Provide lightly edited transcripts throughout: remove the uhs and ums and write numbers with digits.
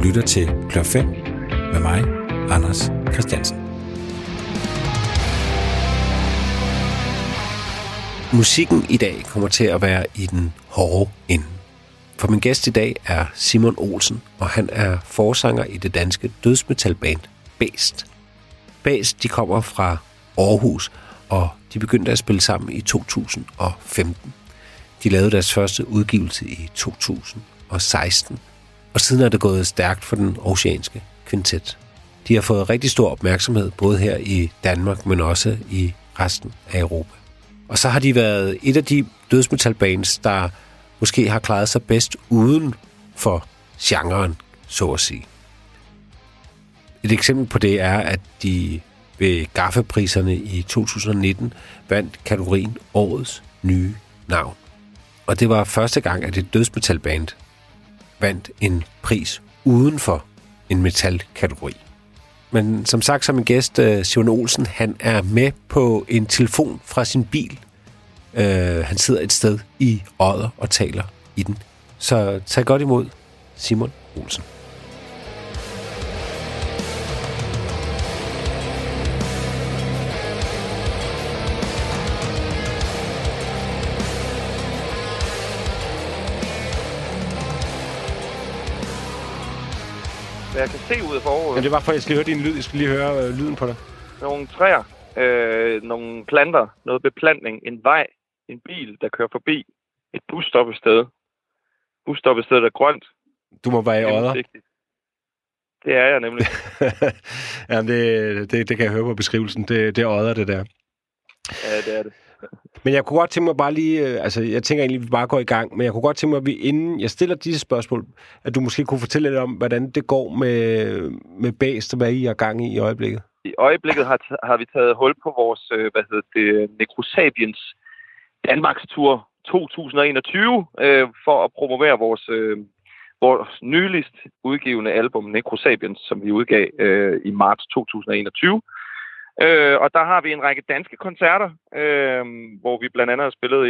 lytter til Klør 5 med mig, Anders Christiansen. Musikken i dag kommer til at være i den hårde ende. For min gæst i dag er Simon Olsen, og han er forsanger i det danske dødsmetalband Bæst. Bæst, de kommer fra Aarhus, og de begyndte at spille sammen i 2015. De lavede deres første udgivelse i 2016, og siden er det gået stærkt for den oceanske kvintet. De har fået rigtig stor opmærksomhed, både her i Danmark, men også i resten af Europa. Og så har de været et af de dødsmetalbands, der måske har klaret sig bedst uden for genren, så at sige. Et eksempel på det er, at de ved Gaffepriserne i 2019 vandt kategorien Årets Nye Navn. Og det var første gang, at et dødsmetalband vandt en pris uden for en metalkategori. Men som sagt, som en gæst, Simon Olsen, han er med på en telefon fra sin bil. Han sidder et sted i Odder og taler i den. Så tag godt imod Simon Olsen. Jeg kan se ud af foråret. Ja, det var for, at jeg skal høre din lyd. Jeg skal lige høre lyden på dig. Nogle træer, nogle planter, noget beplantning, en vej, en bil, der kører forbi, et busstoppested. Busstoppestedet er grønt. Du må være i Odder. Det er jeg nemlig. Jamen, det kan jeg høre på beskrivelsen. Det er Odder, det der. Ja, det er det. Men jeg kunne godt tænke mig bare lige, jeg tænker egentlig, at vi bare går i gang, men jeg kunne godt tænke mig, at inden jeg stiller disse spørgsmål, at du måske kunne fortælle lidt om, hvordan det går med Bæst, og hvad I er gang i øjeblikket. I øjeblikket har vi taget hul på vores, Necrosapiens Danmarkstur 2021, for at promovere vores nyligst udgivende album, Necrosapiens, som vi udgav i marts 2021. Og der har vi en række danske koncerter, hvor vi blandt andet har spillet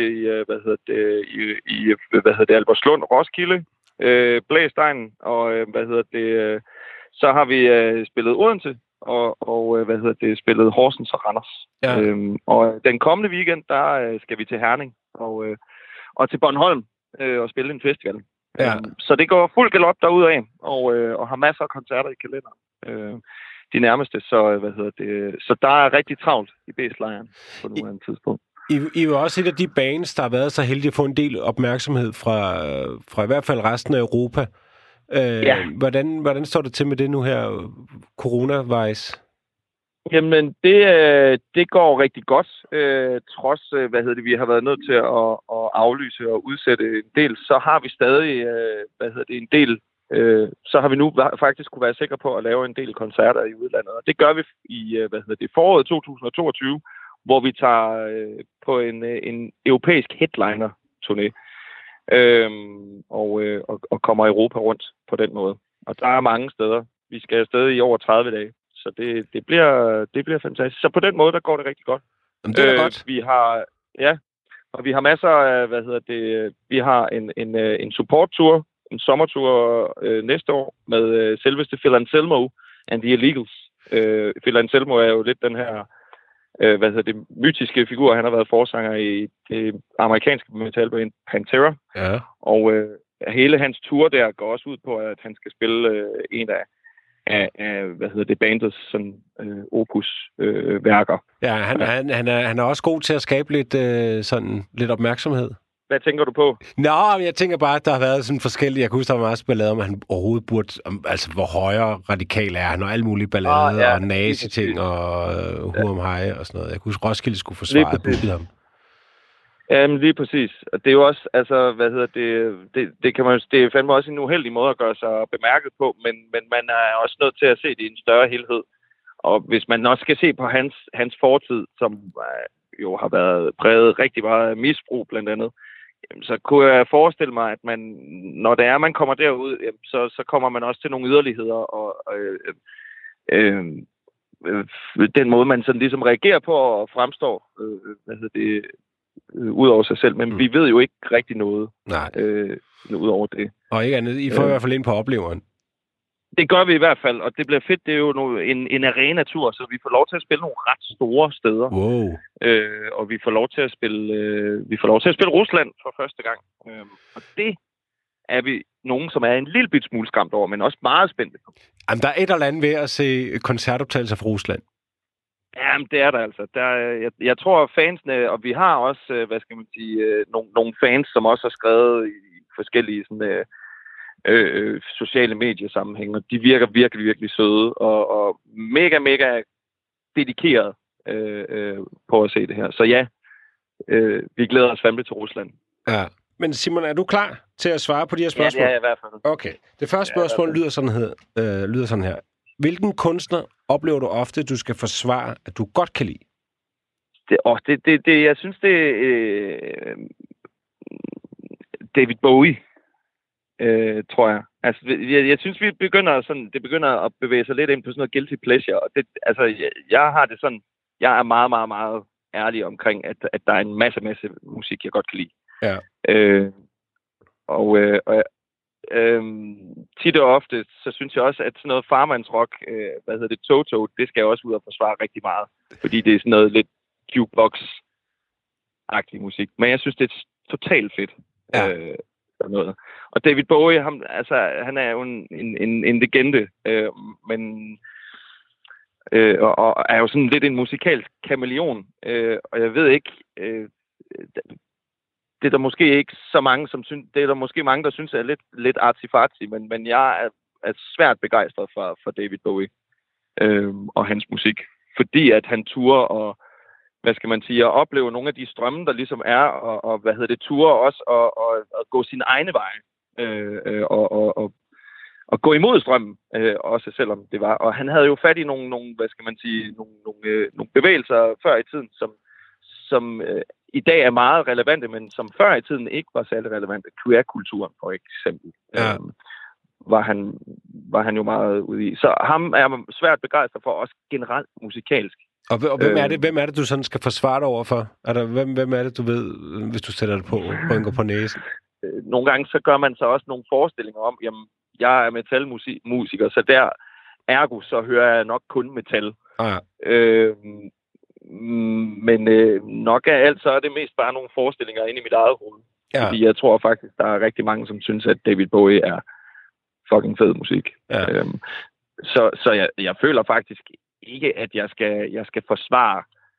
i Albertslund, Roskilde, Blæstegn, og så har vi spillet Odense og spillet Horsens og Randers. Ja. Og den kommende weekend, der skal vi til Herning og til Bornholm og spille en festival. Ja. Så det går fuld galop derudad, og har masser af koncerter i kalenderen. De nærmeste, så der er rigtig travlt i Bæstlejren på nuværende tidspunkt. I er også et af de bands, der har været så heldige at få en del opmærksomhed fra i hvert fald resten af Europa. Ja. Hvordan står det til med det nu her, corona-wise? Jamen, det går rigtig godt. Trods, vi har været nødt til at aflyse og udsætte en del, så har vi stadig, en del. Så har vi nu faktisk kunne være sikre på at lave en del koncerter i udlandet. Og det gør vi i foråret 2022, hvor vi tager på en europæisk headliner-turné og kommer Europa rundt på den måde. Og der er mange steder. Vi skal afsted i over 30 dage. Så det bliver fantastisk. Så på den måde, der går det rigtig godt. Jamen, det er godt. Vi har masser af, vi har en support-tour, en sommertur næste år med selveste Phil Anselmo and the Illegals. Phil Anselmo er jo lidt den her mytiske figur. Han har været forsanger i det amerikanske metalband Pantera. Ja. Og hele hans tour der går også ud på, at han skal spille en af bandets sådan opus værker. Ja, han er også god til at skabe lidt opmærksomhed. Hvad tænker du på? Jeg tænker bare, at der har været sådan forskellige. Jeg kan huske, der var meget ballade om, at han overhovedet burde... Altså, hvor højre radikal er han, og alle mulige ballade, og nazi-ting, og hurm hej, og sådan noget. Jeg kunne huske, Roskilde skulle forsvare at booke ham. Jamen, lige præcis. Og det er jo også, det er fandme også en uheldig måde at gøre sig bemærket på, men man er også nødt til at se det i en større helhed. Og hvis man også skal se på hans fortid, som jo har været præget rigtig meget af misbrug, blandt andet, så kunne jeg forestille mig, at når man kommer derud, så kommer man også til nogle yderligheder, og den måde, man sådan ligesom reagerer på og fremstår, ud over sig selv. Men vi ved jo ikke rigtig noget ud over det. Og ikke andet. I får i hvert fald ind på opleveren. Det gør vi i hvert fald, og det bliver fedt. Det er jo en arena-tur, så vi får lov til at spille nogle ret store steder. Wow. Og vi får lov til at spille Rusland for første gang. Og det er vi nogen, som er en lille bit smule skræmt over, men også meget spændte på. Jamen, der er et eller andet ved at se koncertoptagelser fra Rusland. Jamen, det er der altså. Jeg tror, fansene, og vi har også, nogle fans, som også har skrevet i forskellige sådan, sociale mediesammenhænge, og de virker virkelig, virkelig søde, og mega, mega dedikeret på at se det her. Så ja, vi glæder os fandme til Rusland. Ja. Men Simon, er du klar til at svare på de her spørgsmål? Ja, det er jeg i hvert fald. Okay. Det første spørgsmål lyder sådan her. Hvilken kunstner oplever du ofte, du skal forsvare, at du godt kan lide? Jeg synes, det David Bowie, tror jeg. Altså, jeg synes, det begynder at bevæge sig lidt ind på sådan noget guilty pleasure. Og det, altså, jeg har det sådan, jeg er meget, meget, meget ærlig omkring, at der er en masse musik, jeg godt kan lide. Ja. Tit og ofte, så synes jeg også, at sådan noget farmandsrock, Toto, det skal jeg også ud og forsvare rigtig meget. Fordi det er sådan noget lidt jukebox-agtig musik. Men jeg synes, det er totalt fedt. Ja. Noget. Og David Bowie, han er jo en legende, og er jo sådan lidt en musikalsk kameleon. Og jeg ved ikke... Det er der måske ikke så mange, som synes... Det er der måske mange, der synes er lidt artsy-fartsy, men jeg er svært begejstret for David Bowie og hans musik. Fordi at han turde og at opleve nogle af de strømme, der ligesom er, og turde også at gå sine egne veje. Og gå imod strømmen, også selvom det var. Og han havde jo fat i nogle bevægelser før i tiden, som i dag er meget relevante, men som før i tiden ikke var særlig relevante. Queer-kulturen, for eksempel, var han jo meget ude i. Så ham er jeg svært begejstret for, også generelt musikalsk. Og hvem er det, du sådan skal forsvare dig overfor? Hvem er det, du ved, hvis du sætter det på, rynker på næsen? Nogle gange så gør man så også nogle forestillinger om, jamen, jeg er metalmusiker, så ergo så hører jeg nok kun metal. Ja. Men nok af alt, så er det mest bare nogle forestillinger inde i mit eget hoved. Ja. Fordi jeg tror faktisk, der er rigtig mange, som synes, at David Bowie er fucking fed musik. Ja. Så jeg føler faktisk ikke, at jeg skal forsvare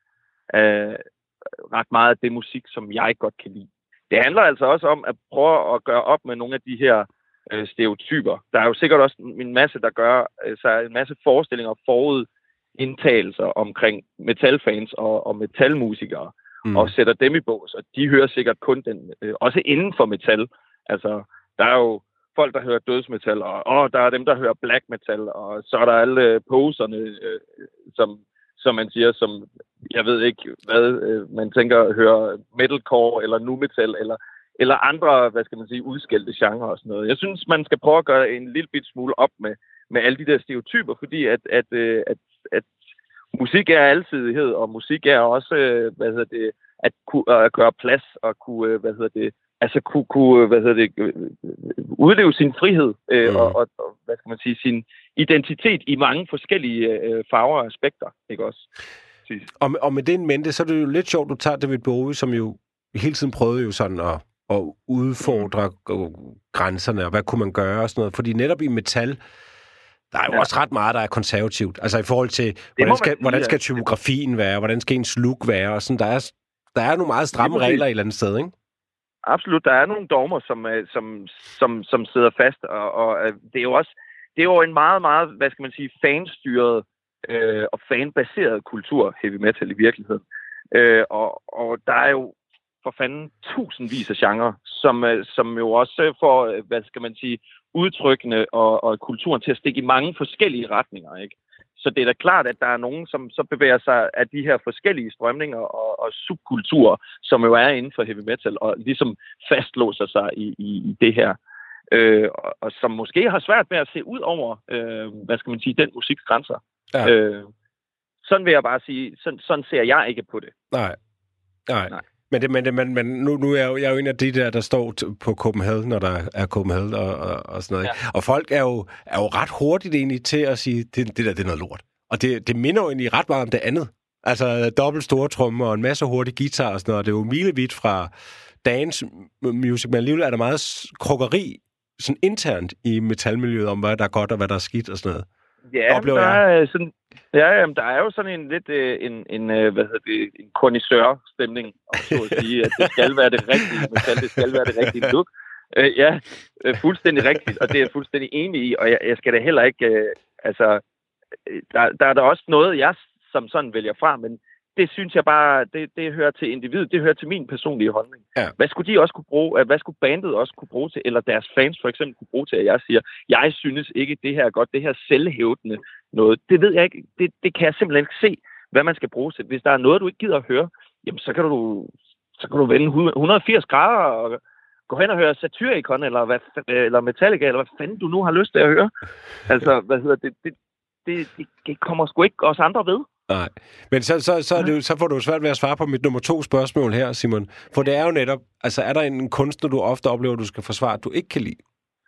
ret meget af det musik, som jeg godt kan lide. Det handler altså også om at prøve at gøre op med nogle af de her stereotyper. Der er jo sikkert også en masse, der gør sig en masse forestillinger forudindtagelser omkring metalfans og metalmusikere, og sætter dem i bås, og de hører sikkert kun den, også inden for metal. Altså, der er jo folk, der hører dødsmetal, og der er dem, der hører black metal, og så er der alle poserne, som man siger, som jeg ved ikke, hvad man tænker hører metalcore, eller nu metal, eller andre, udskældte genrer og sådan noget. Jeg synes, man skal prøve at gøre en lille bit smule op med alle de der stereotyper, fordi at musik er alsidighed, og musik er også, at gøre plads og kunne, udleve sin frihed og sin identitet i mange forskellige farver og aspekter, ikke også? Og med den mente, så er det jo lidt sjovt, du tager David Bowie, som jo hele tiden prøvede jo sådan at udfordre grænserne, og hvad kunne man gøre og sådan noget, fordi netop i metal, der er jo også ret meget, der er konservativt. Altså i forhold til, hvordan skal typografien være, hvordan skal ens look være, og sådan, der er nogle meget stramme regler et eller andet sted, ikke? Absolut, der er nogle dogmer, som sidder fast, og det er jo også, det er jo en meget, meget, fanstyret og fanbaseret kultur, heavy metal i virkeligheden. Og der er jo for fanden tusindvis af genrer, som jo også får, udtrykkene og kulturen til at stikke i mange forskellige retninger, ikke? Så det er da klart, at der er nogen, som så bevæger sig af de her forskellige strømninger og subkulturer, som jo er inden for heavy metal, og ligesom fastlåser sig i det her. Og som måske har svært ved at se ud over, den musiks grænser. Ja. Sådan vil jeg bare sige, sådan ser jeg ikke på det. Nej. Men nu er jeg jo en af de der står på Copenhagen, når der er Copenhagen og sådan noget. Ja. Og folk er jo ret hurtigt egentlig til at sige, det der, det er noget lort. Og det minder jo egentlig ret meget om det andet. Altså dobbelt store trommer og en masse hurtig guitar og sådan noget. Det er jo milevidt fra dance music, men alligevel er der meget krukkeri sådan internt i metalmiljøet om, hvad der er godt og hvad der er skidt og sådan noget. Ja, der er jo sådan en lidt en connoisseur-stemning, så at sige, at det skal være det rigtige metal, det skal være det rigtige look. Fuldstændig rigtigt, og det er jeg fuldstændig enig i, og jeg skal da heller ikke, der er der også noget, jeg som sådan vælger fra, men det synes jeg bare, det hører til individet, det hører til min personlige holdning. Ja. Hvad skulle de også kunne bruge, hvad skulle bandet også kunne bruge til, eller deres fans for eksempel kunne bruge til, at jeg siger, jeg synes ikke, det her er godt, det her selvhævdende noget, det ved jeg ikke, det kan jeg simpelthen ikke se, hvad man skal bruge til. Hvis der er noget, du ikke gider at høre, jamen så kan du vende 180 grader og gå hen og høre Satyricon, eller Metallica, eller hvad fanden du nu har lyst til at høre. Altså, det kommer sgu ikke os andre ved. Nej, men så får du svært ved at svare på mit nummer 2 spørgsmål her, Simon. For det er jo netop, altså er der en kunstner, du ofte oplever, du skal forsvare, du ikke kan lide?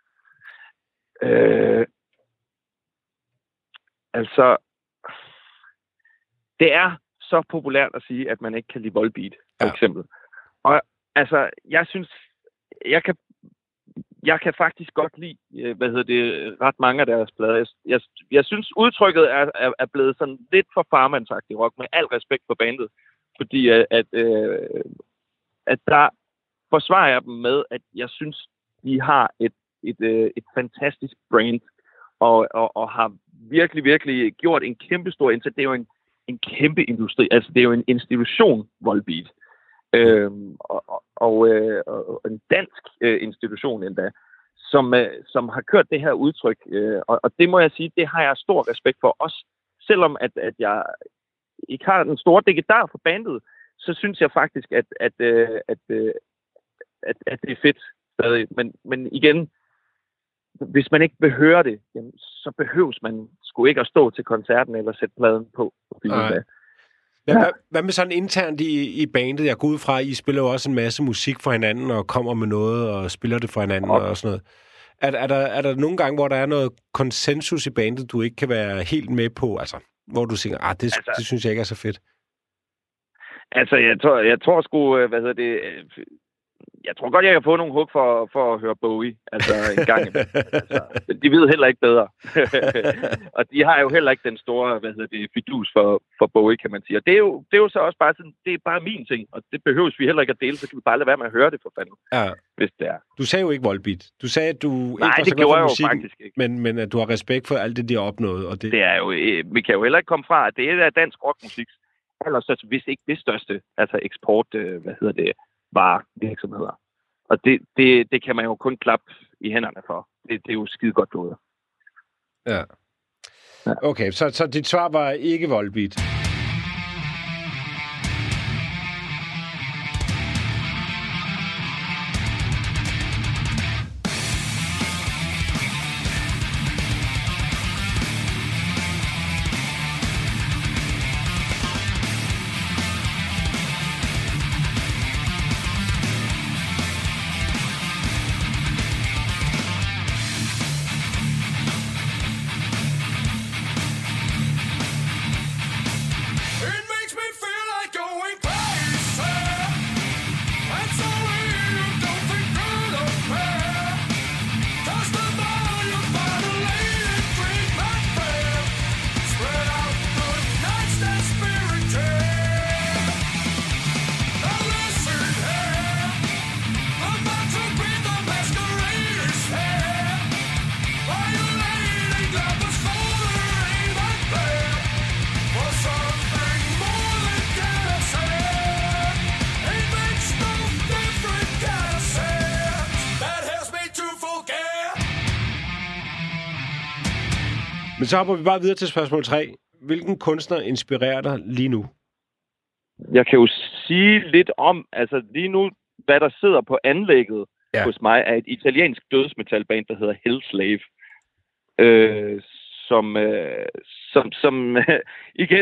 Det er så populært at sige, at man ikke kan lide Volbeat, for eksempel. Og altså, jeg synes, jeg kan faktisk godt lide, ret mange af deres plader. Jeg synes, udtrykket er blevet sådan lidt for farmandsagtig rock, med al respekt for bandet. Fordi at der forsvarer jeg dem med, at jeg synes, de har et fantastisk brand, og har virkelig, virkelig gjort en kæmpe stor indsats. Det er jo en kæmpe industri. Altså, det er jo en institution, Volbeat. Og en dansk institution endda, som har kørt det her udtryk. Og det må jeg sige, det har jeg stor respekt for. Også selvom at jeg ikke har den store digedar for bandet, så synes jeg faktisk, at det er fedt stadig. Men igen, hvis man ikke vil høre det, jamen, så behøves man sgu ikke at stå til koncerten eller sætte pladen på. Hvad med sådan internt i bandet? Jeg går ud fra, I spiller jo også en masse musik for hinanden, og kommer med noget, og spiller det for hinanden og sådan noget. Er der nogle gange, hvor der er noget konsensus i bandet, du ikke kan være helt med på? Altså, hvor du siger, det synes jeg ikke er så fedt. Altså, jeg tror sgu, jeg tror godt, jeg kan få nogle hug for at høre Bowie, altså en gang. Altså, de ved heller ikke bedre. Og de har jo heller ikke den store, fidus for Bowie, kan man sige. Og det er jo så også bare sådan, det er bare min ting, og det behøves vi heller ikke at dele, så kan vi bare lade være med at høre det for fanden, hvis det er. Du sagde jo ikke Volbeat. Du sagde, at du ikke var så glad for musikken, faktisk ikke. Men at du har respekt for alt det, de har opnået. Og det er jo, vi kan jo heller ikke komme fra, at det er dansk rockmusik. Ellers hvis ikke det største, altså eksport, varevirksomheder. Og det kan man jo kun klappe i hænderne for. Det er jo skide godt gået. Ja. Okay, så dit svar var ikke Volbeat. Men så hopper vi bare videre til spørgsmål 3. Hvilken kunstner inspirerer dig lige nu? Jeg kan jo sige lidt om, altså lige nu, hvad der sidder på anlægget hos mig, er et italiensk dødsmetalband, der hedder Hellslave. Som igen,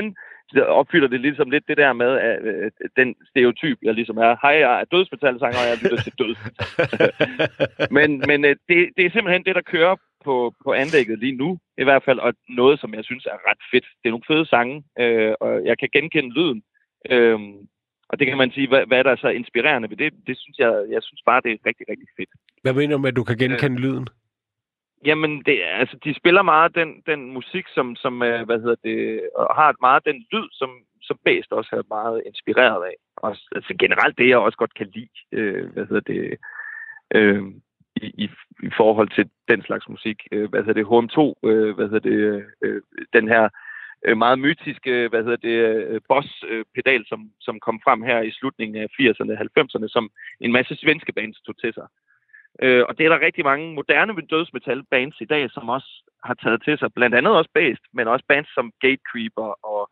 opfylder det ligesom lidt det der med den stereotyp, jeg ligesom er. Hej, jeg er dødsmetalsanger, og jeg lytter til dødsmetal. men det er simpelthen det, der kører på anlægget lige nu, i hvert fald, og noget, som jeg synes er ret fedt. Det er nogle fede sange, og jeg kan genkende lyden. Og det kan man sige, hvad der er så inspirerende ved det. Det synes jeg synes bare, det er rigtig, rigtig fedt. Hvad mener du med, at du kan genkende lyden? Jamen, de spiller meget den musik, som og har meget den lyd, som Bæst også er meget inspireret af. Og altså, generelt det, jeg også godt kan lide, i forhold til den slags musik. HM2, den her meget mytiske, boss-pedal, som kom frem her i slutningen af 80'erne og 90'erne, som en masse svenske bands tog til sig. Og det er der rigtig mange moderne dødsmetal-bands i dag, som også har taget til sig. Blandt andet også Bæst, men også bands som Gatecreeper og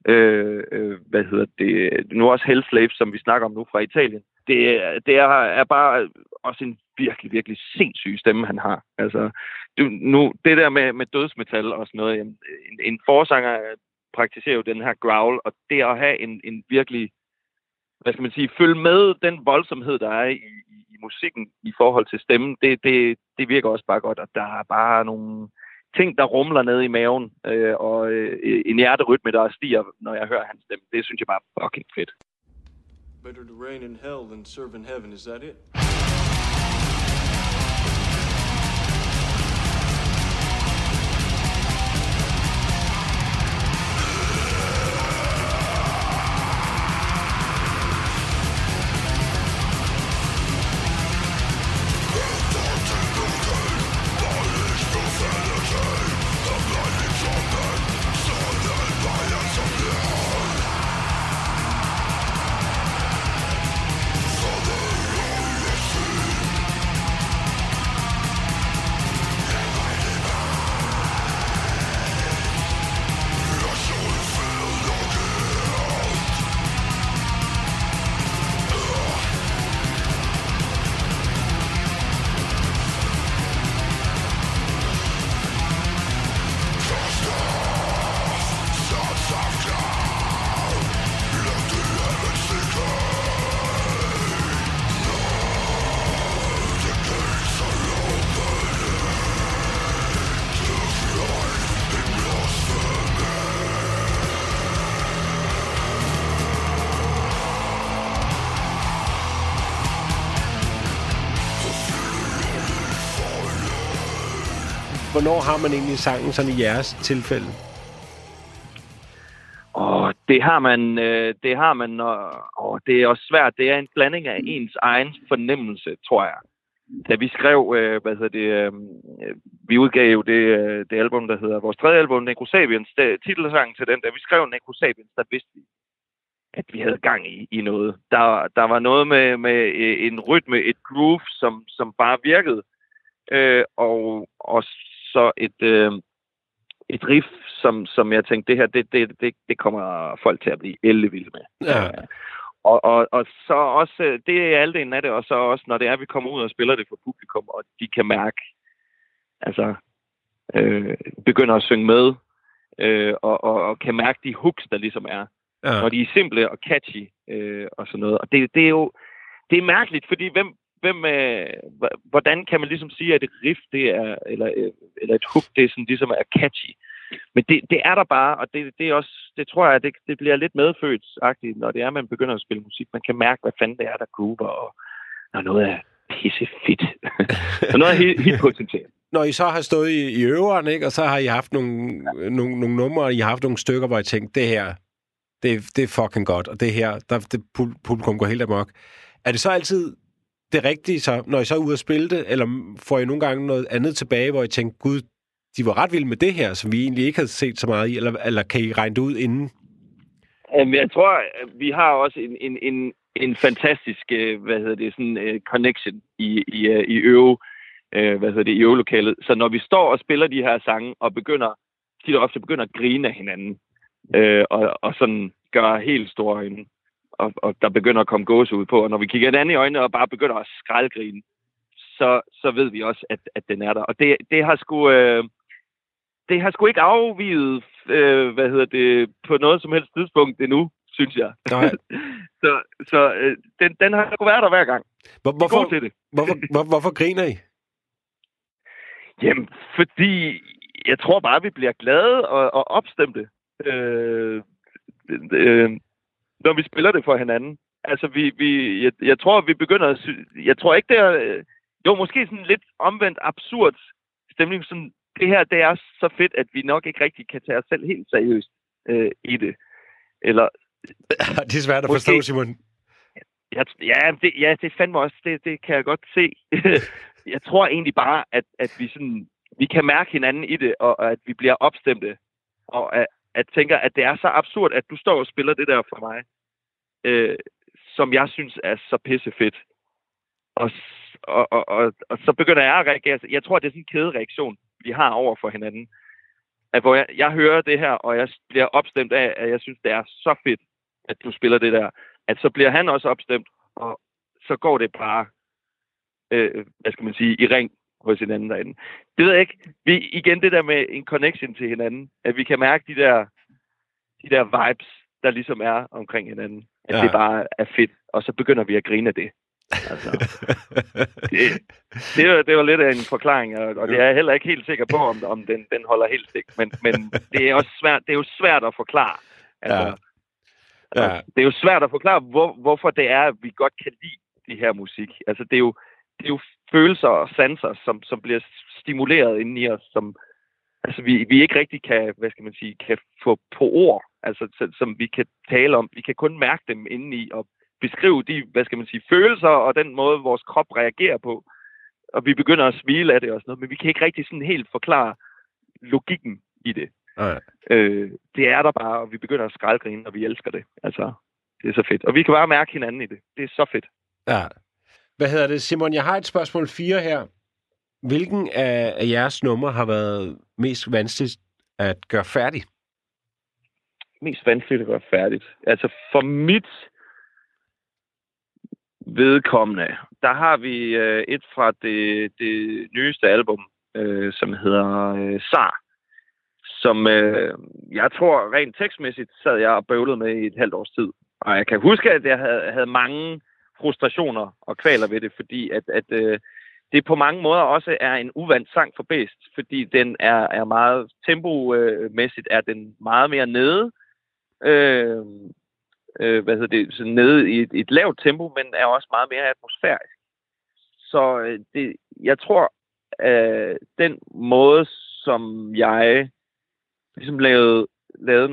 nu også Hellslave, som vi snakker om nu fra Italien. Det er bare også en virkelig, virkelig sindssyg stemme, han har. Altså, det der med dødsmetal og sådan noget, en forsanger praktiserer jo den her growl, og det at have en virkelig, hvad skal man sige, følge med den voldsomhed, der er i musikken i forhold til stemmen, det virker også bare godt, og der er bare nogle ting, der rumler ned i maven, og en hjerterytme, der stiger, når jeg hører hans stemme. Det synes jeg bare er fucking fedt. Better to reign in hell than serve in heaven, is that it? Hvornår har man egentlig sangen sådan i jeres tilfælde? Det har man, og det er også svært. Det er en blanding af ens egen fornemmelse, tror jeg. Da vi skrev, vi udgav jo det album, der hedder vores tredje album, Necrosapiens, titelsangen til den, da vi skrev Necrosapiens, der vidste vi, at vi havde gang i noget. Der var noget med en rytme, et groove, som bare virkede, og så et riff, som jeg tænkte, det her, det kommer folk til at blive ellevilde med. Ja. Og så også, det er halvdelen af det, og så også, når det er, vi kommer ud og spiller det for publikum, og de kan mærke, altså, begynder at synge med, og kan mærke de hooks, der ligesom er. Ja. Når de er simple og catchy, og sådan noget. Og det er jo, det er mærkeligt, fordi hvordan kan man ligesom sige, at et riff, det er, eller et hook, det er sådan ligesom er catchy. Men det er der bare, og det er også, det tror jeg, det bliver lidt medfødt-agtigt, når det er, man begynder at spille musik. Man kan mærke, hvad fanden det er, der groover, og når noget er pissefedt. Og noget er helt potentielt. Når I så har stået i øveren, ikke, og så har I haft nogle numre, og I har haft nogle stykker, hvor I tænkte, det her, det er fucking godt, og det her, publikum går helt amok. Er det så altid det rigtige, så, når I så er ude at spille det, eller får I nogle gange noget andet tilbage, hvor I tænker, gud, de var ret vilde med det her, som vi egentlig ikke havde set så meget i, eller kan I regne det ud inden? Jeg tror, vi har også en fantastisk, connection i øvelokalet. Så når vi står og spiller de her sange, og tit og ofte begynder at grine af hinanden, og sådan gør helt store øjne, og der begynder at komme gåsehud på, og når vi kigger hinanden i øjnene og bare begynder at skraldgrine, så ved vi også, at den er der. Og det har sgu ikke afviget på noget som helst tidspunkt endnu, synes jeg. Den har sgu været der hver gang. Hvorfor griner I? Jamen, fordi jeg tror bare, vi bliver glade og opstemte, når vi spiller det for hinanden. Altså, jeg tror, vi begynder jeg tror ikke, det er... Jo, måske sådan lidt omvendt absurd stemning. Sådan, det her, det er så fedt, at vi nok ikke rigtig kan tage os selv helt seriøst i det. Eller... Det er svært at forstå, Simon. Det er fandme også. Det kan jeg godt se. Jeg tror egentlig bare, at vi kan mærke hinanden i det, og at vi bliver opstemte. Og at tænker, at det er så absurd, at du står og spiller det der for mig, som jeg synes er så pissefedt. Og så begynder jeg at reagere. Jeg tror, det er sådan en kædereaktion, vi har over for hinanden. At hvor jeg hører det her, og jeg bliver opstemt af, at jeg synes, det er så fedt, at du spiller det der. At så bliver han også opstemt, og så går det bare, i ring hos hinanden derinde. Det ved jeg ikke. Igen det der med en connection til hinanden, at vi kan mærke de der vibes, der ligesom er omkring hinanden. At det bare er fedt, og så begynder vi at grine af det. Altså, det var lidt af en forklaring, og det er jeg heller ikke helt sikker på, om den holder helt stik. Men det er også svært. Det er jo svært at forklare. Altså, det er jo svært at forklare, hvorfor det er, at vi godt kan lide de her musik. Altså, det er jo følelser og sanser, som bliver stimuleret inde i os, som altså vi ikke rigtig kan, kan få på ord, altså som vi kan tale om. Vi kan kun mærke dem indeni og beskrive de, følelser og den måde, vores krop reagerer på. Og vi begynder at smile af det og sådan noget, men vi kan ikke rigtig sådan helt forklare logikken i det. Det er der bare, og vi begynder at skraldgrine, og vi elsker det. Altså, det er så fedt. Og vi kan bare mærke hinanden i det. Det er så fedt. Ja. Hvad hedder det, Simon? Jeg har et spørgsmål 4 her. Hvilken af jeres numre har været mest vanskeligt at gøre færdig? Mest vanskeligt at gøre færdigt? Altså, for mit vedkommende, der har vi et fra det nyeste album, som hedder SAR, som jeg tror rent tekstmæssigt sad jeg og bøvlede med i et halvt års tid. Og jeg kan huske, at jeg havde mange frustrationer og kvaler ved det, fordi at det på mange måder også er en uvandt sang for Bæst, fordi den er meget tempomæssigt er den meget mere nede. Sådan nede i et lavt tempo, men er også meget mere atmosfærisk. Så jeg tror, den måde, som jeg ligesom lavede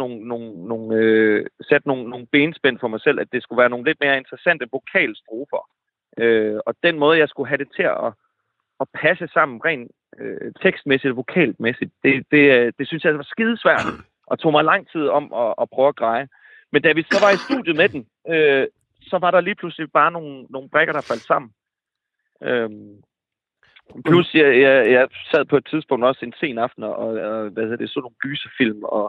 nogle benspænd for mig selv, at det skulle være nogle lidt mere interessante vokalstrofer. Og den måde, jeg skulle have det til at passe sammen rent tekstmæssigt og vokalmæssigt, det synes jeg var skidesvært, og tog mig lang tid om at prøve at greje. Men da vi så var i studiet med den, så var der lige pludselig bare nogle brækker, der faldt sammen. Plus, jeg sad på et tidspunkt også en sen aften, og så nogle gyserfilm, og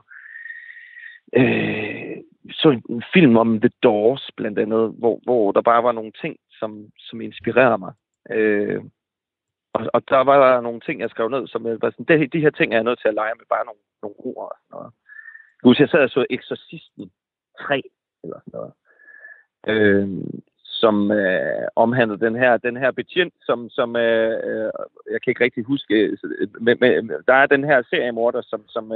så en film om The Doors, blandt andet, hvor der bare var nogle ting, som inspirerede mig. Og der var der nogle ting, jeg skrev ned, som var sådan, de her ting er jeg nødt til at lege med bare nogle ord. Og jeg sad og så Exorcisten 3, eller sådan noget, som omhandlede den her betjent, som jeg kan ikke rigtig huske, der er den her seriemorder, som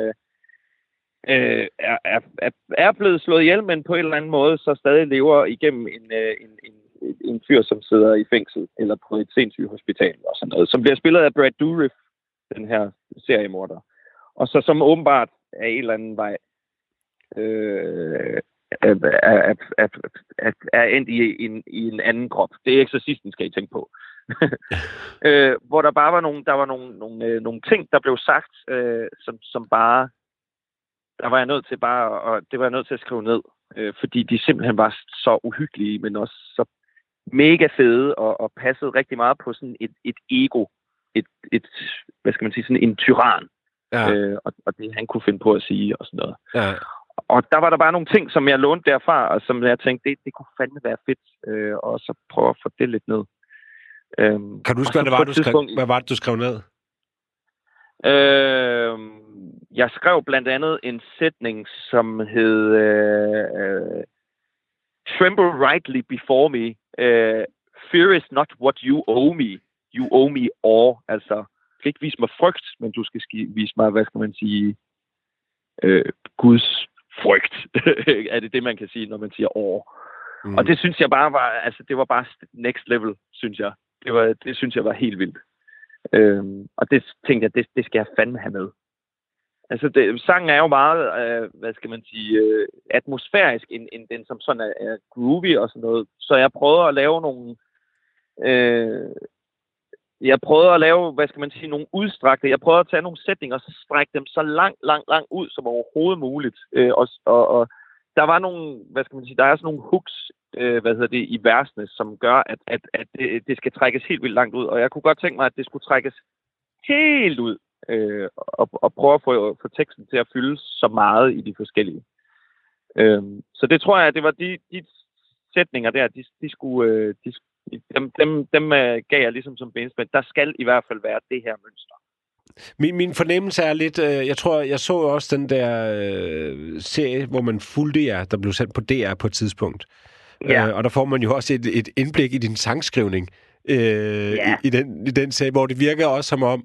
er blevet slået ihjel, men på en eller anden måde så stadig lever igennem en fyr, som sidder i fængsel eller på et sindssygehospital og sådan noget, som bliver spillet af Brad Dourif, den her seriemorder. Og så som åbenbart af en eller anden vej er endt i en anden krop. Det er Exorcisten, skal I tænke på. Hvor der bare var nogle ting, der blev sagt, som bare der var jeg nødt til det var jeg nødt til at skrive ned, fordi de simpelthen var så uhyggelige, men også så mega fede og passede rigtig meget på sådan et ego, et hvad skal man sige, sådan en tyran, og det han kunne finde på at sige og sådan noget. Ja. Og der var der bare nogle ting, som jeg lånte derfra, og som jeg tænkte, det kunne fandme være fedt, og så prøve at få det lidt ned. Kan du huske, hvad var det, du skrev ned? Jeg skrev blandt andet en sætning, som hed Tremble rightly before me. Fear is not what you owe me. You owe me all. Altså, du skal ikke vise mig frygt, men du skal vise mig, hvad skal man sige, Guds frygt. Er det, man kan sige, når man siger år? Mm. Og det synes jeg bare var, altså det var bare next level, synes jeg. Det synes jeg var helt vildt. Og det tænkte jeg, det skal jeg fandme have med. Altså, sangen er jo meget, hvad skal man sige, atmosfærisk, end den som sådan er groovy og sådan noget. Så jeg prøvede at lave nogle, hvad skal man sige, nogle udstrakte. Jeg prøvede at tage nogle sætninger og så strække dem så langt ud som overhovedet muligt. Og der var nogle, hvad skal man sige, der er sådan nogle hooks, i versene, som gør, at det skal trækkes helt vildt langt ud. Og jeg kunne godt tænke mig, at det skulle trækkes helt ud. Og prøve at få teksten til at fylde så meget i de forskellige. Så det tror jeg, at det var de sætninger der, dem gav jeg ligesom som benspænd. Der skal i hvert fald være det her mønster. Min fornemmelse er lidt, jeg tror, jeg så også den der serie, hvor man fulgte jer, der blev sendt på DR på et tidspunkt. Ja. Og der får man jo også et indblik i din sangskrivning i den serie, hvor det virker også som om,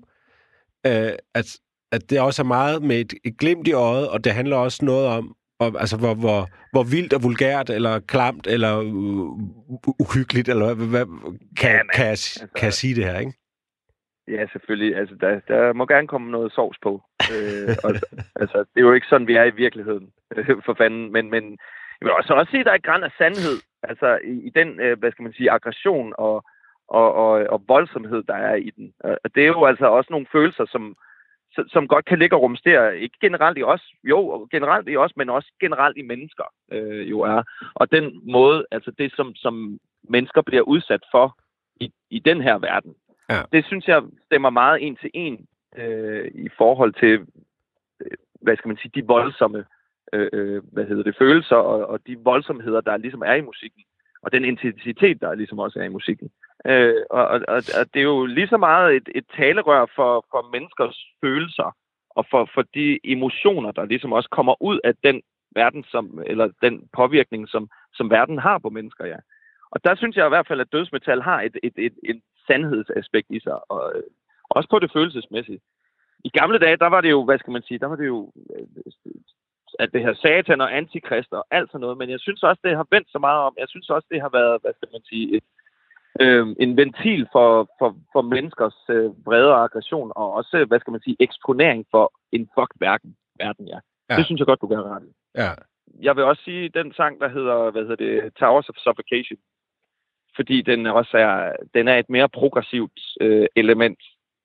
at det også er meget med et glimt i øjet, og det handler også noget om altså hvor vildt og vulgært, eller klamt, eller uhyggeligt, eller hvad kan jeg sige det her, ikke? Ja, selvfølgelig. Altså, der må gerne komme noget sovs på. Altså, det er jo ikke sådan, vi er i virkeligheden, for fanden. Men jeg vil også sige, at der er et græn af sandhed. Altså, i den, hvad skal man sige, aggression og voldsomhed, der er i den. Og det er jo altså også nogle følelser, som godt kan ligge og rumstere. Ikke generelt i os, jo, generelt i os, men også generelt i mennesker, jo er. Og den måde, altså det, som mennesker bliver udsat for i den her verden, ja. Det synes jeg stemmer meget en til en i forhold til, hvad skal man sige, de voldsomme følelser og de voldsomheder, der ligesom er i musikken. Og den intensitet, der ligesom også er i musikken. Og det er jo lige så meget et talerør for menneskers følelser, og for de emotioner, der ligesom også kommer ud af den verden, eller den påvirkning, som verden har på mennesker, ja. Og der synes jeg i hvert fald, at dødsmetal har et sandhedsaspekt i sig, og også på det følelsesmæssige. I gamle dage, der var det jo, hvad skal man sige, der var det jo at det her satan og antikrist og alt sådan noget, men jeg synes også, det har vendt så meget om. Jeg synes også, det har været, hvad skal man sige, en ventil for menneskers vrede og aggression, og også, hvad skal man sige, eksponering for en fucked verden, ja. Det synes jeg godt, du kan have ret i. Ja. Jeg vil også sige, den sang, der hedder, Towers of Suffocation, fordi den også er et mere progressivt element,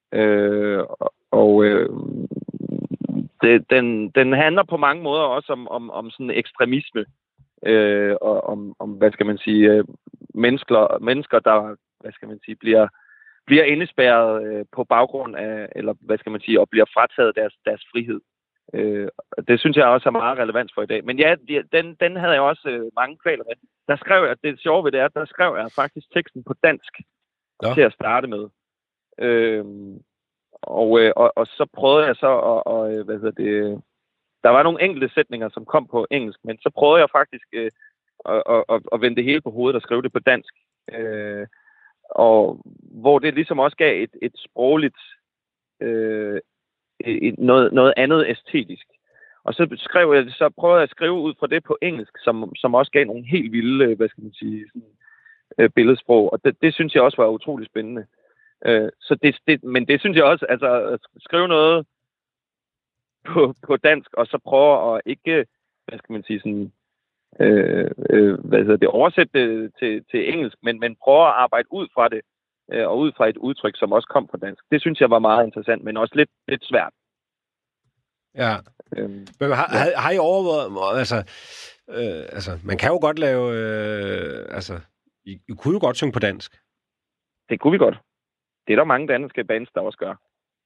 den handler på mange måder også om sådan ekstremisme, og om, hvad skal man sige, mennesker, der, hvad skal man sige, bliver indespærret på baggrund af, eller hvad skal man sige, og bliver frataget deres frihed. Det synes jeg også er meget relevant for i dag. Men ja, den havde jeg også mange kvaler med. Der skrev jeg, det sjove ved det er, der skrev jeg faktisk teksten på dansk til at starte med. Og så prøvede jeg så der var nogle enkelte sætninger, som kom på engelsk, men så prøvede jeg faktisk at vende det hele på hovedet og skrive det på dansk. Og hvor det ligesom også gav et sprogligt, noget andet æstetisk. Og så prøvede jeg at skrive ud fra det på engelsk, som også gav nogle helt vilde, hvad skal man sige, billedsprog. Og det synes jeg også var utrolig spændende. Men det synes jeg også, altså at skrive noget på dansk, og så prøve at ikke, hvad skal man sige, sådan, oversætte det til engelsk, men prøve at arbejde ud fra det, og ud fra et udtryk, som også kom fra dansk. Det synes jeg var meget interessant, men også lidt svært. Ja. Men har I overvejet, altså, man kan jo godt lave, I kunne jo godt synge på dansk. Det kunne vi godt. Det er der mange danske bands, der også gør.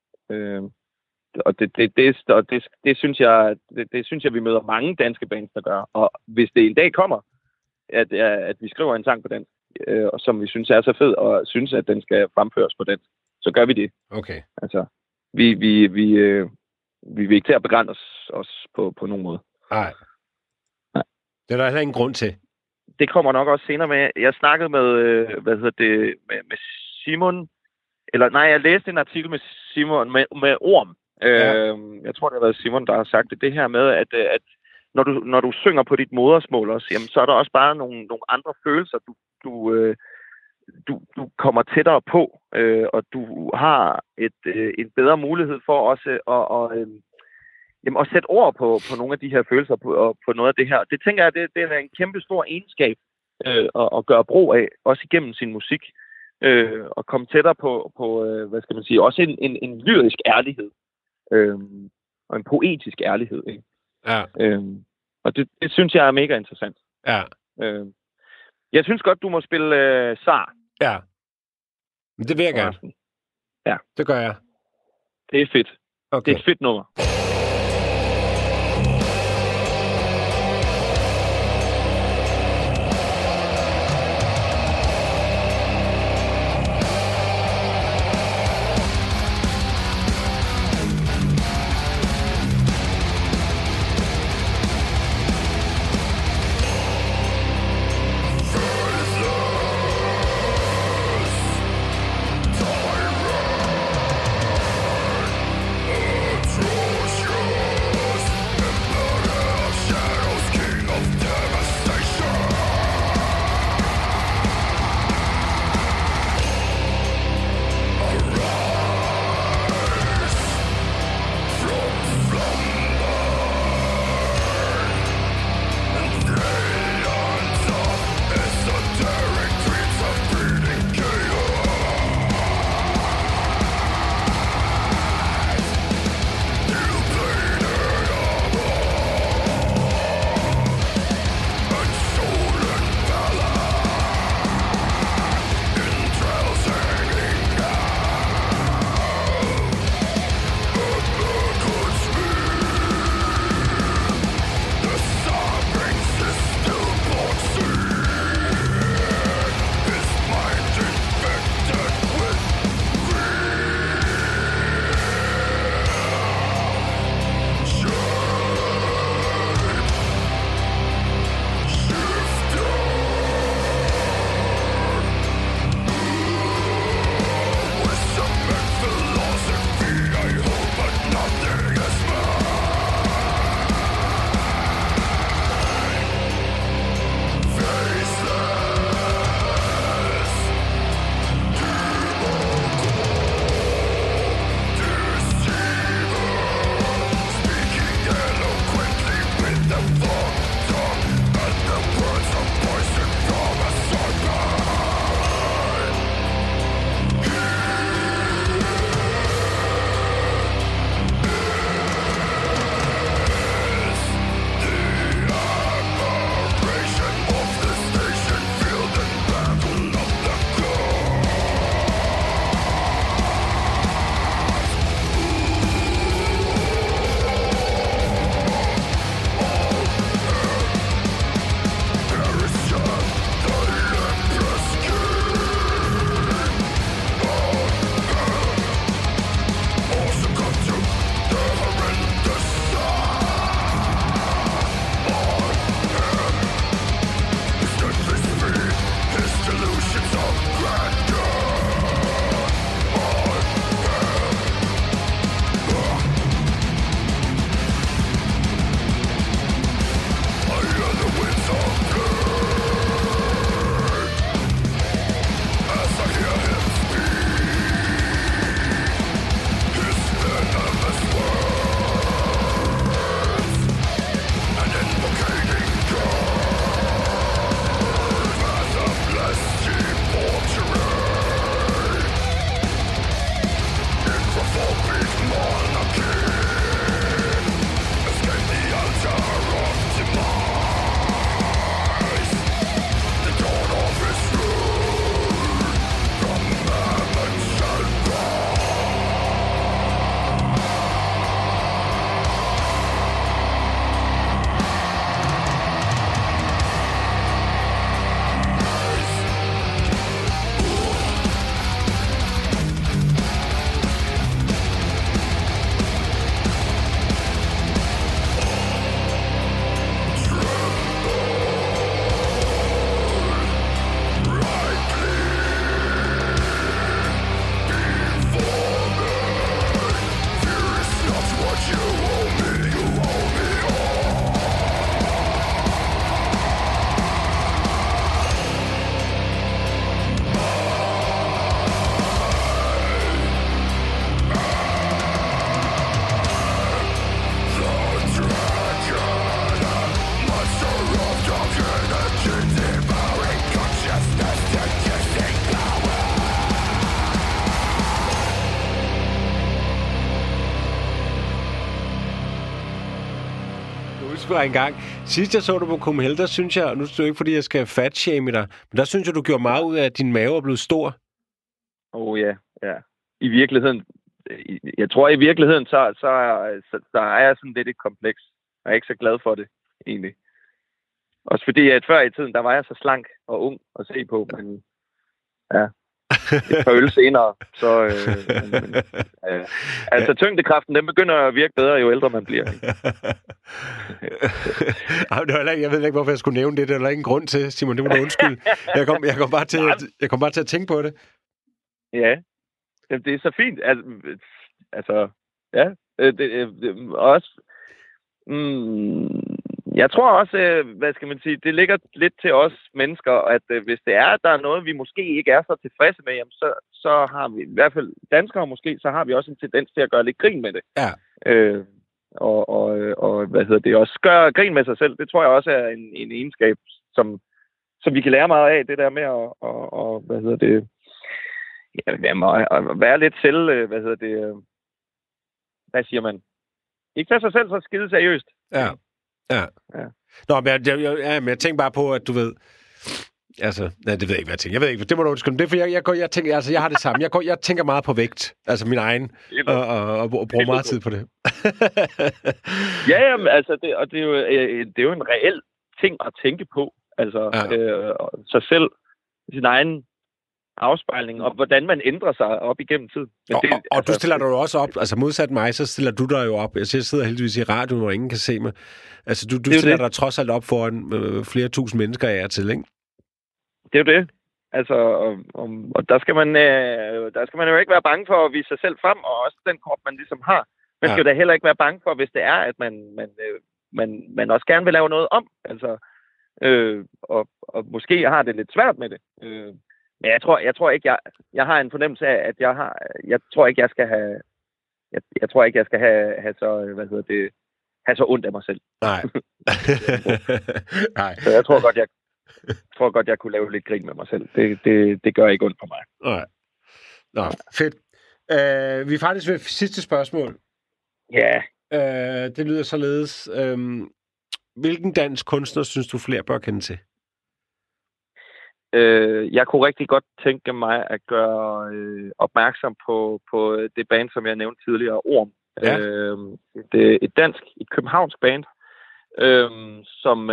Og det synes jeg, vi møder mange danske bands, der gør. Og hvis det en dag kommer, at vi skriver en sang på dansk, og som vi synes er så fed, og synes, at den skal fremføres på dansk, så gør vi det. Okay. Altså, vi vil ikke til at begrænse os på nogen måde. Nej. Det er der heller ingen grund til. Det kommer nok også senere med. Jeg snakkede med, med Simon, jeg læste en artikel med Simon, med Orm. Ja. Jeg tror, det har været Simon, der har sagt det her med, at når du synger på dit modersmål også, jamen, så er der også bare nogle andre følelser, du kommer tættere på, og du har en bedre mulighed for også at sætte ord på nogle af de her følelser, på noget af det her. Det tænker jeg, det er en kæmpe stor egenskab at gøre brug af, også igennem sin musik, og komme tættere på hvad skal man sige, også en lyrisk ærlighed, og en poetisk ærlighed, ikke? Ja. Og det synes jeg er mega interessant. Ja. Jeg synes godt, du må spille Sar. Ja. Men det vil jeg gerne. Ja. Det gør jeg. Det er fedt. Okay. Det er et fedt nummer. Tyrant, kan huske fra en gang. Sidst jeg så dig på Copenhagen, der synes jeg, og nu er det jo ikke, fordi jeg skal fat-shame dig, men der synes jeg, du gjorde meget ud af, at din mave er blevet stor. Ja. I virkeligheden, jeg tror i virkeligheden, så er jeg sådan lidt et kompleks. Jeg er ikke så glad for det, egentlig. Også fordi, at før i tiden, der var jeg så slank og ung at se på, men ja, et par øl senere, så... altså, tyngdekraften, den begynder at virke bedre, jo ældre man bliver. Jeg ved ikke, hvorfor jeg skulle nævne det. Det er der ingen grund til, Simon. Det må du undskylde. Jeg kom bare til at tænke på det. Ja, det er så fint. Altså ja, det også... Jeg tror også, hvad skal man sige, det ligger lidt til os mennesker, at hvis det er, at der er noget, vi måske ikke er så tilfredse med, jamen, så har vi, i hvert fald danskere måske, så har vi også en tendens til at gøre lidt grin med det. Ja. Og hvad hedder det, også gøre grin med sig selv, det tror jeg også er en egenskab, som vi kan lære meget af, det der med at hvad hedder det, at være lidt selv, hvad hedder det, hvad siger man? Ikke tage sig selv så skide seriøst. Ja. Nå, men jeg tænker bare på, at du ved... Altså, nej, det ved jeg ikke, hvad jeg tænker. Jeg ved ikke, det må du undskylde. Det er, fordi jeg tænker, altså, jeg har det samme. Jeg tænker meget på vægt. Altså, min egen. Og bruger meget tid på det. Ja, altså, det er jo en reel ting at tænke på. Altså, sig selv, sin egen afspejling, og hvordan man ændrer sig op igennem tid. Men og du stiller dig jo også op, altså modsat mig, så stiller du dig jo op. Jeg sidder heldigvis i radioen, hvor ingen kan se mig. Altså, du stiller dig trods alt op foran flere tusind mennesker af til, ikke? Det er jo det. Altså, og der skal man jo ikke være bange for at vise sig selv frem, og også den krop, man ligesom har. Man skal jo da heller ikke være bange for, hvis det er, at man også gerne vil lave noget om. Altså, og måske har det lidt svært med det. Men jeg tror ikke, jeg har en fornemmelse af, at jeg tror ikke, jeg skal have... Jeg tror ikke, jeg skal have så, hvad hedder det, have så ondt af mig selv. Nej. Nej. Så jeg tror godt, jeg kunne lave lidt grin med mig selv. Det gør ikke ondt på mig. Nej. Nå, fedt. Vi er faktisk ved sidste spørgsmål. Ja. Det lyder således. Hvilken dansk kunstner synes du flere bør kende til? Jeg kunne rigtig godt tænke mig at gøre opmærksom på det band, som jeg nævnte tidligere, Orm. Ja. Det er et københavnsk band, som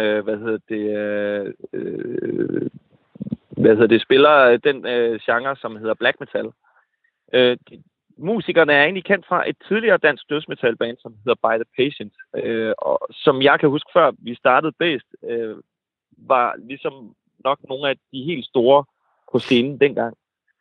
spiller den genre, som hedder black metal. Musikerne er egentlig kendt fra et tidligere dansk dødsmetalband, som hedder By the Patient, og som jeg kan huske før vi startede Bæst, var ligesom nok nogle af de helt store på scenen dengang.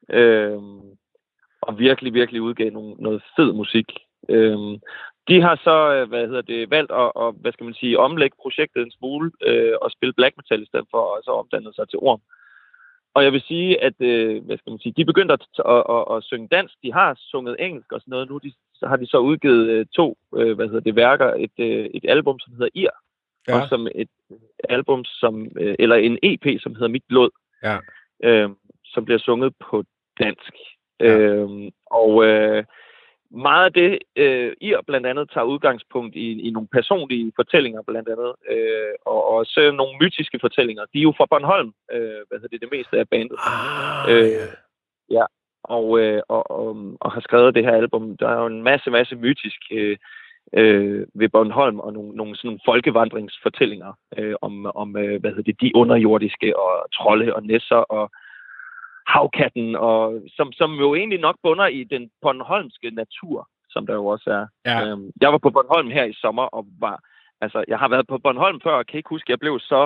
Og virkelig, virkelig udgav noget fed musik. De har så, valgt at omlægge projektet en smule, og spille black metal i stedet for, og så omdanne sig til Orm. Og jeg vil sige, at de begyndte at synge dansk. De har sunget engelsk og sådan noget. Nu har de så udgivet to værker. Et album, som hedder Ir. Ja. Og som et album, eller en EP, som hedder Mit Blod. Ja. Som bliver sunget på dansk. Ja. Meget af det, Ir blandt andet tager udgangspunkt i nogle personlige fortællinger blandt andet, og også nogle mytiske fortællinger. De er jo fra Bornholm, det meste af bandet. Ja, og har skrevet det her album. Der er jo en masse mytisk ved Bornholm, og nogle sådan folkevandringsfortællinger om de underjordiske, og trolde og nisser, og havkatten, og som jo egentlig nok bunder i den bornholmske natur, som der jo også er. Ja. Jeg var på Bornholm her i sommer, og jeg har været på Bornholm før, og kan ikke huske, at jeg blev så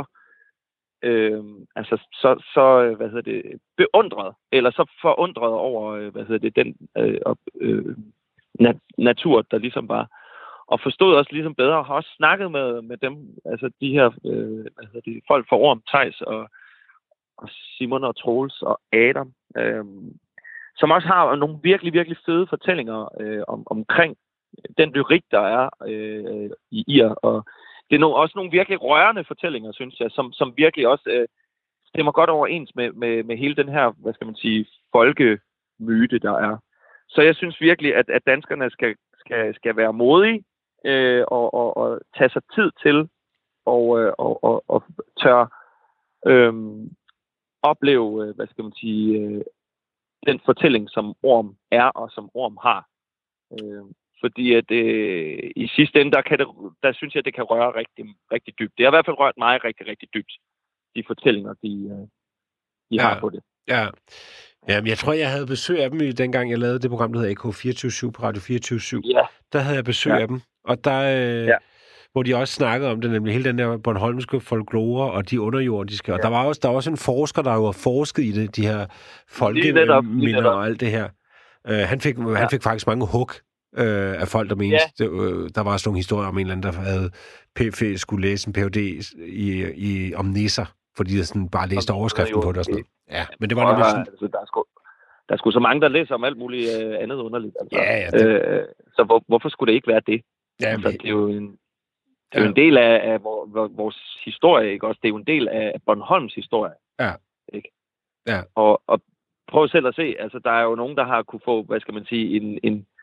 beundret, eller så forundret over, den natur, der ligesom var, og forstod også ligesom bedre, og har også snakket med dem, altså de her, folk fra Orm, Theis og Simon og Troels og Adam, som også har nogle virkelig, virkelig fede fortællinger omkring den lyrik, der er i Ir. Og det er også nogle virkelig rørende fortællinger, synes jeg, som virkelig også stemmer godt overens med hele den her, folkemyte, der er. Så jeg synes virkelig, at danskerne skal være modige og tage sig tid til og tør opleve, hvad skal man sige, den fortælling, som Orm er, og som Orm har. Fordi at i sidste ende, der synes jeg, det kan røre rigtig, rigtig dybt. Det har i hvert fald rørt mig rigtig, rigtig dybt, de fortællinger, de har på det. Ja. Jamen, jeg tror, jeg havde besøg af dem, dengang jeg lavede det program, der hedder AK24/7 på Radio 24/7. Ja. Der havde jeg besøg af dem, og der... hvor de også snakkede om det, nemlig hele den der bornholmske folklore og de underjordiske. Og der var også en forsker, der jo har forsket i det, de her folkeminder og alt det her. Han fik faktisk mange hug af folk, der mente, der var også nogle historier om en eller anden, der havde skulle læse en Ph.D. om nisser, fordi de sådan bare læste overskriften på det og sådan noget. Ja, men det var nemlig sådan... Altså, der er sgu så mange, der læser om alt muligt andet underligt. Altså. Så hvorfor skulle det ikke være det? Ja, altså, det er jo en del af vores historie, ikke også? Det er jo en del af Bornholms historie. Ja. Ikke? Ja. Og prøv selv at se, altså der er jo nogen, der har kunne få, hvad skal man sige,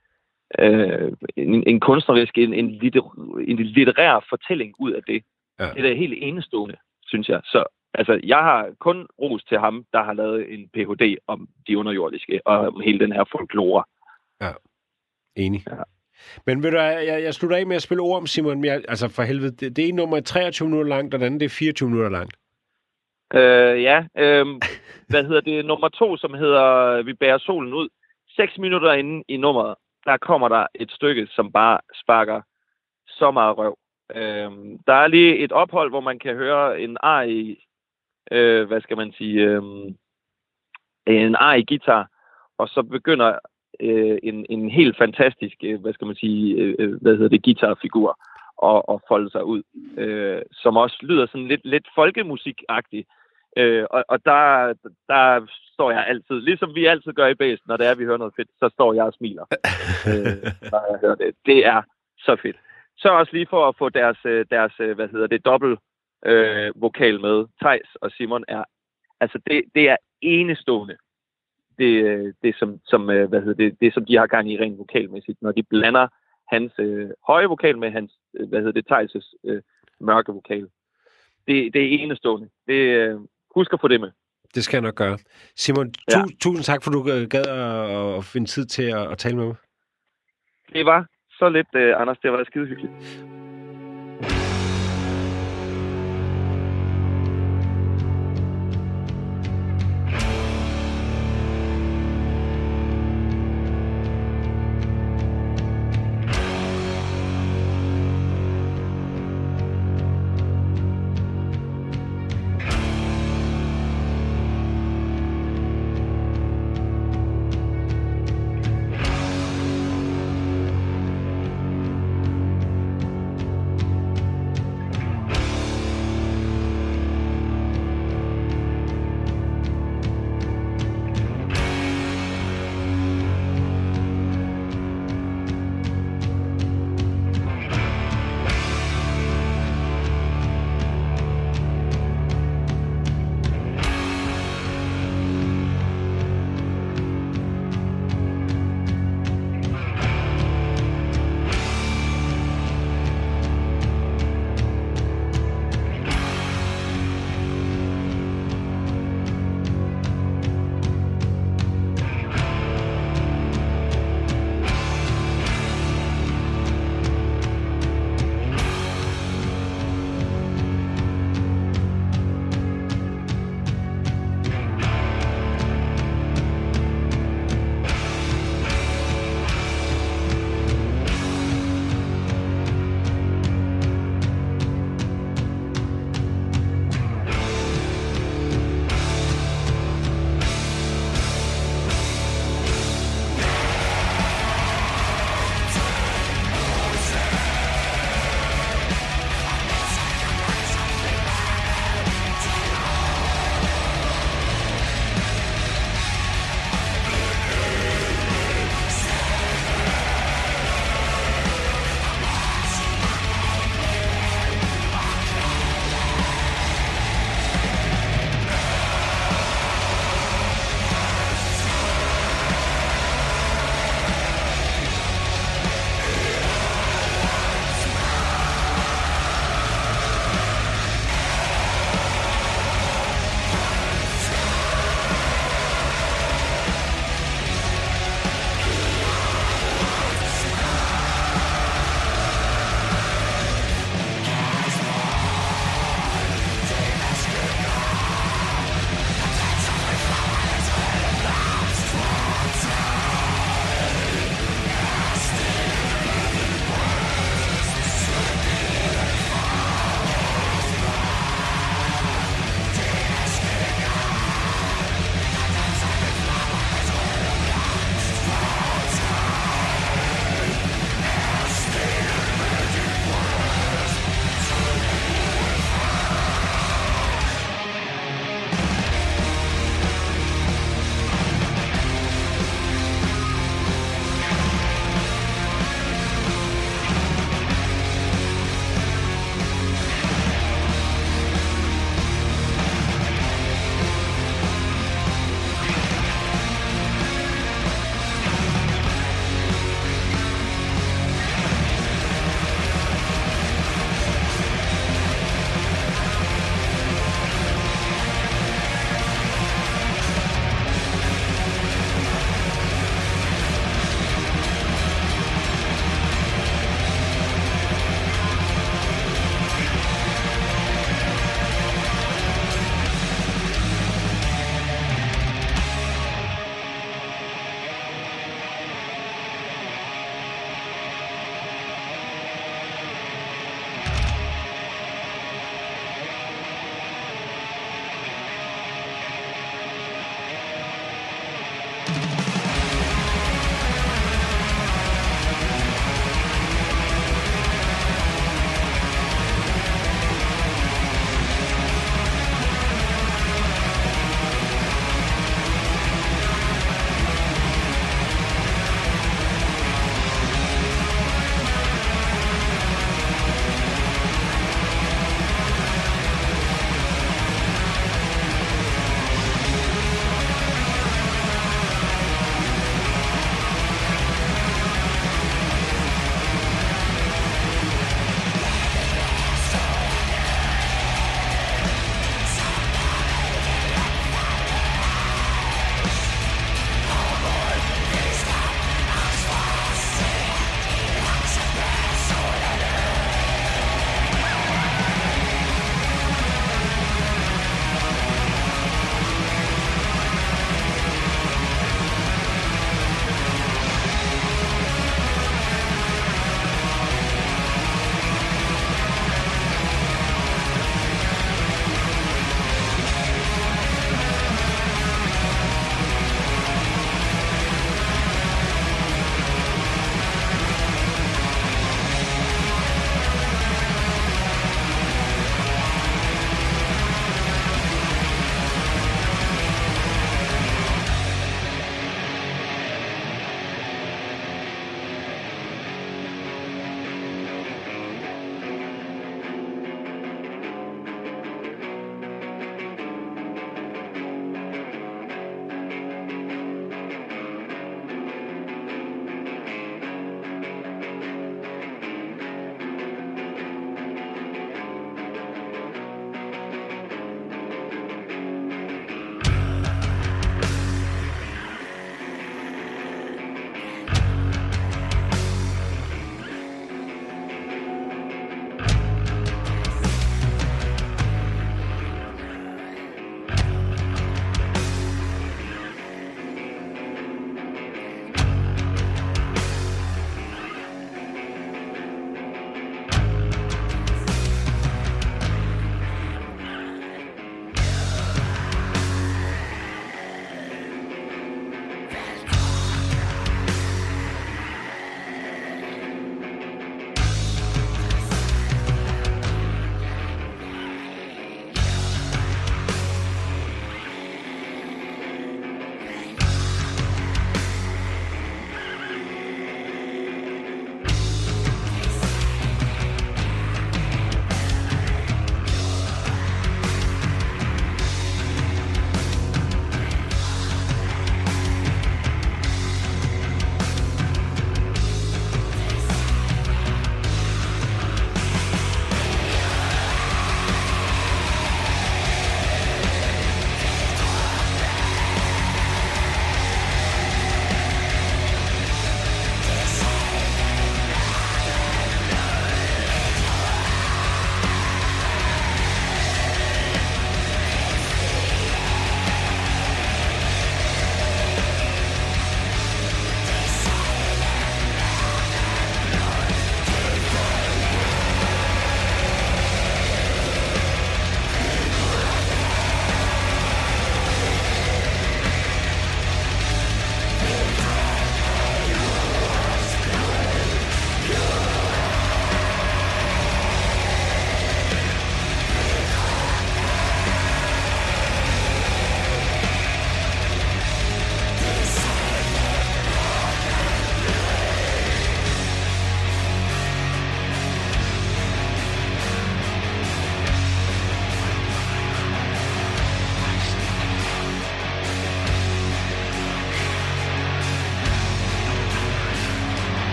en kunstnerisk, en litterær fortælling ud af det. Ja. Det er da helt enestående, synes jeg. Så altså, jeg har kun ros til ham, der har lavet en Ph.D. om de underjordiske, og om hele den her folklore. Ja, enig. Ja. Men ved du, jeg slutter af med at spille ord om, Simon. Altså for helvede, det er nummer 23 minutter langt, og den anden det er 24 minutter langt. Hvad hedder det? Nummer 2, som hedder Vi bærer solen ud. 6 minutter inde i nummeret, der kommer der et stykke, som bare sparker så meget røv. Der er lige et ophold, hvor man kan høre en hvad skal man sige, en guitar, og så begynder en helt fantastisk, hvad skal man sige, guitarfigur og folde sig ud, som også lyder sådan lidt folkemusikagtigt. Og der står jeg altid, ligesom vi altid gør i Bæst, når det er, vi hører noget fedt, så står jeg og smiler, når jeg hører det. Det er så fedt. Så også lige for at få deres dobbelt vokal med. Theis og Simon er, altså det er enestående. Det som de har gang i rent vokalmæssigt, når de blander hans høje vokal med hans, Theis' mørke vokal. Det er enestående. Husk at få det med. Det skal jeg nok gøre. Simon, tusind tak, for du gad at finde tid til at tale med mig. Det var så lidt, Anders. Det var skide hyggeligt.